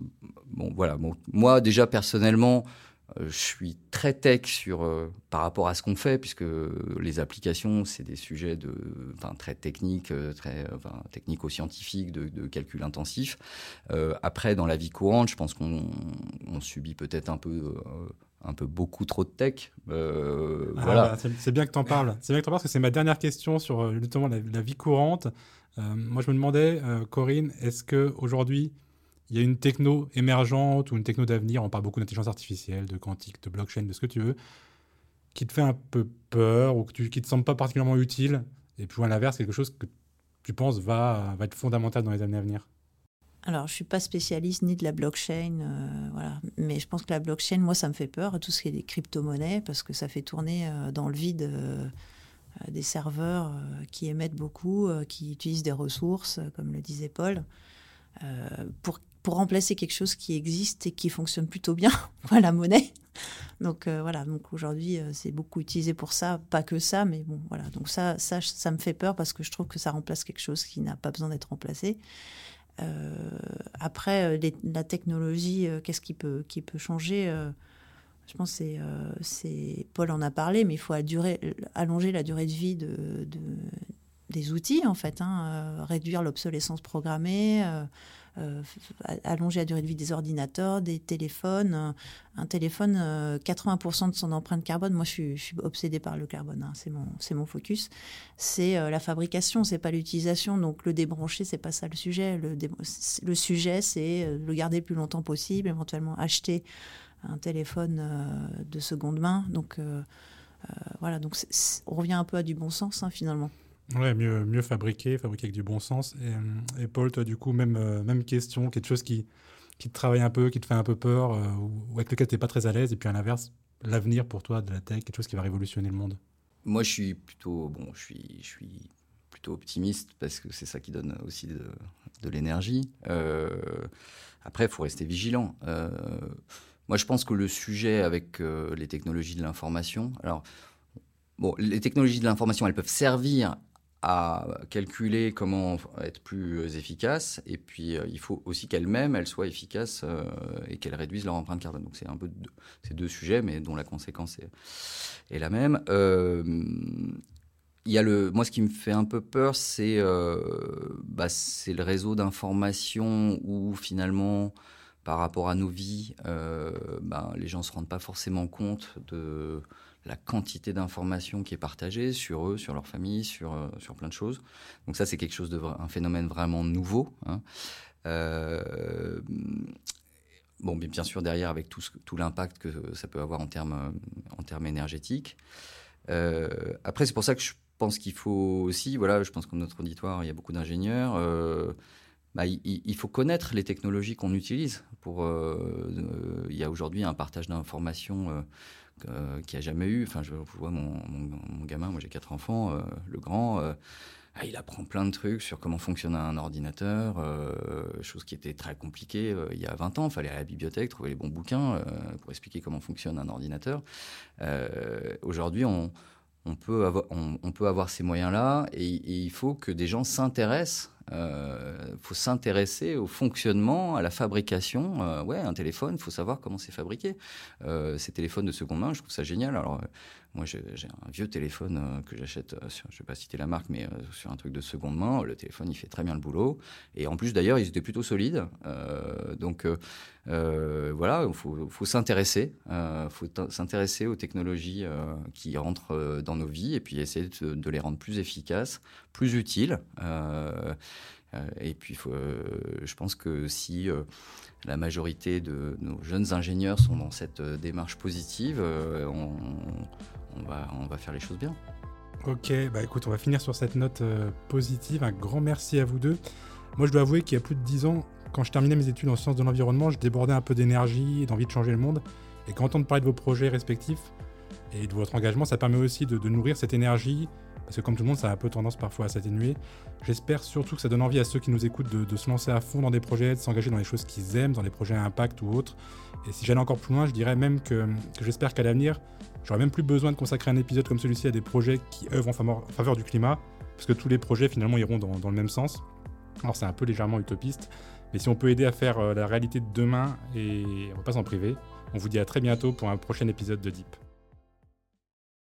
bon, voilà. Bon, moi, déjà, personnellement, euh, je suis très tech sur, euh, par rapport à ce qu'on fait, puisque les applications, c'est des sujets de, enfin, très techniques, très, enfin, technico-scientifiques, de, de calcul intensif. Euh, après, dans la vie courante, je pense qu'on on subit peut-être un peu... Euh, un peu beaucoup trop de tech. Euh, ah voilà. Bah, c'est, c'est bien que tu en parles. C'est bien que tu en parles parce que c'est ma dernière question sur justement la, la vie courante. Euh, moi, je me demandais, euh, Corinne, est-ce qu'aujourd'hui, il y a une techno émergente ou une techno d'avenir, on parle beaucoup d'intelligence artificielle, de quantique, de blockchain, de ce que tu veux, qui te fait un peu peur ou que tu, qui ne te semble pas particulièrement utile, et puis à l'inverse, quelque chose que tu penses va, va être fondamental dans les années à venir? Alors, je ne suis pas spécialiste ni de la blockchain, euh, voilà. Mais je pense que la blockchain, moi, ça me fait peur, tout ce qui est des crypto-monnaies, parce que ça fait tourner euh, dans le vide euh, des serveurs euh, qui émettent beaucoup, euh, qui utilisent des ressources, comme le disait Paul, euh, pour, pour remplacer quelque chose qui existe et qui fonctionne plutôt bien, la monnaie. Donc euh, voilà, donc aujourd'hui, euh, c'est beaucoup utilisé pour ça, pas que ça, mais bon, voilà. Donc ça, ça, ça me fait peur parce que je trouve que ça remplace quelque chose qui n'a pas besoin d'être remplacé. Euh, après, les, la technologie, euh, qu'est-ce qui peut, qui peut changer euh, Je pense que c'est, euh, c'est... Paul en a parlé, mais il faut durer, allonger la durée de vie de, de, des outils, en fait. Hein, euh, réduire l'obsolescence programmée, euh, euh, allonger la durée de vie des ordinateurs, des téléphones. Euh, un téléphone, euh, quatre-vingts pour cent de son empreinte carbone, moi je suis, je suis obsédée par le carbone, hein, c'est, mon, c'est mon focus, c'est euh, la fabrication, c'est pas l'utilisation. Donc le débrancher, c'est pas ça le sujet. Le, dé... le sujet, c'est le garder le plus longtemps possible, éventuellement acheter un téléphone euh, de seconde main. Donc euh, euh, voilà, donc c'est, c'est, on revient un peu à du bon sens, hein, finalement. Ouais, mieux, mieux fabriquer, fabriquer avec du bon sens. Et, et Paul, toi, du coup, même, euh, même question, quelque chose qui, qui te travaille un peu, qui te fait un peu peur, euh, ou, ou avec lequel tu n'es pas très à l'aise, et puis à l'inverse, l'avenir pour toi de la tech, quelque chose qui va révolutionner le monde. Moi, je suis plutôt, bon, je suis, je suis plutôt optimiste parce que c'est ça qui donne aussi de, de l'énergie. Euh, après, il faut rester vigilant. Euh, moi, je pense que le sujet avec euh, les technologies de l'information, alors, bon, les technologies de l'information, elles peuvent servir à calculer comment être plus efficace, et puis euh, il faut aussi qu'elles-mêmes, elles soient efficaces euh, et qu'elles réduisent leur empreinte carbone. Donc c'est un peu deux, c'est deux sujets, mais dont la conséquence est, est la même. Euh, il y a le, moi, ce qui me fait un peu peur, c'est, euh, bah, c'est le réseau d'information où finalement, par rapport à nos vies, euh, bah, les gens ne se rendent pas forcément compte de la quantité d'informations qui est partagée sur eux, sur leur famille, sur, euh, sur plein de choses. Donc ça, c'est quelque chose de un phénomène vraiment nouveau. Hein. Euh, bon, bien sûr, derrière, avec tout, ce, tout l'impact que ça peut avoir en termes, en termes énergétiques. Euh, après, c'est pour ça que je pense qu'il faut aussi, voilà, je pense que dans notre auditoire, il y a beaucoup d'ingénieurs. Euh, bah, il, il faut connaître les technologies qu'on utilise. Pour, euh, euh, il y a aujourd'hui un partage d'informations euh, euh, qu'il n'y a jamais eu. Enfin, je, je vois mon, mon, mon gamin, moi j'ai quatre enfants, euh, le grand, euh, il apprend plein de trucs sur comment fonctionne un ordinateur, euh, chose qui était très compliquée euh, il y a vingt ans. Il fallait aller à la bibliothèque, trouver les bons bouquins euh, pour expliquer comment fonctionne un ordinateur. Euh, aujourd'hui, on On peut, avoir, on, on peut avoir ces moyens-là et, et il faut que des gens s'intéressent. Il euh, faut s'intéresser au fonctionnement, à la fabrication. Euh, ouais, un téléphone, il faut savoir comment c'est fabriqué. Euh, ces téléphones de seconde main, je trouve ça génial. Alors, euh, moi, j'ai, j'ai un vieux téléphone euh, que j'achète, euh, sur, je ne vais pas citer la marque, mais euh, sur un truc de seconde main. Le téléphone, il fait très bien le boulot. Et en plus, d'ailleurs, ils étaient plutôt solides. Euh, donc, euh, euh, voilà, il faut, faut s'intéresser. Il euh, faut t- s'intéresser aux technologies euh, qui rentrent euh, dans nos vies et puis essayer de, de les rendre plus efficaces, plus utiles. Euh, euh, et puis, faut, euh, je pense que si euh, la majorité de nos jeunes ingénieurs sont dans cette euh, démarche positive, euh, on, on, va, on va faire les choses bien. Ok, bah écoute, on va finir sur cette note euh, positive. Un grand merci à vous deux. Moi, je dois avouer qu'il y a plus de dix ans, quand je terminais mes études en sciences de l'environnement, je débordais un peu d'énergie et d'envie de changer le monde. Et quand entendre parler de vos projets respectifs et de votre engagement, ça permet aussi de, de nourrir cette énergie, parce que comme tout le monde, ça a un peu tendance parfois à s'atténuer. J'espère surtout que ça donne envie à ceux qui nous écoutent de, de se lancer à fond dans des projets, de s'engager dans les choses qu'ils aiment, dans des projets à impact ou autres. Et si j'allais encore plus loin, je dirais même que, que j'espère qu'à l'avenir, j'aurai même plus besoin de consacrer un épisode comme celui-ci à des projets qui œuvrent en faveur, en faveur du climat, parce que tous les projets finalement iront dans, dans le même sens. Alors c'est un peu légèrement utopiste, mais si on peut aider à faire euh, la réalité de demain, et on ne va pas s'en priver, on vous dit à très bientôt pour un prochain épisode de Deep.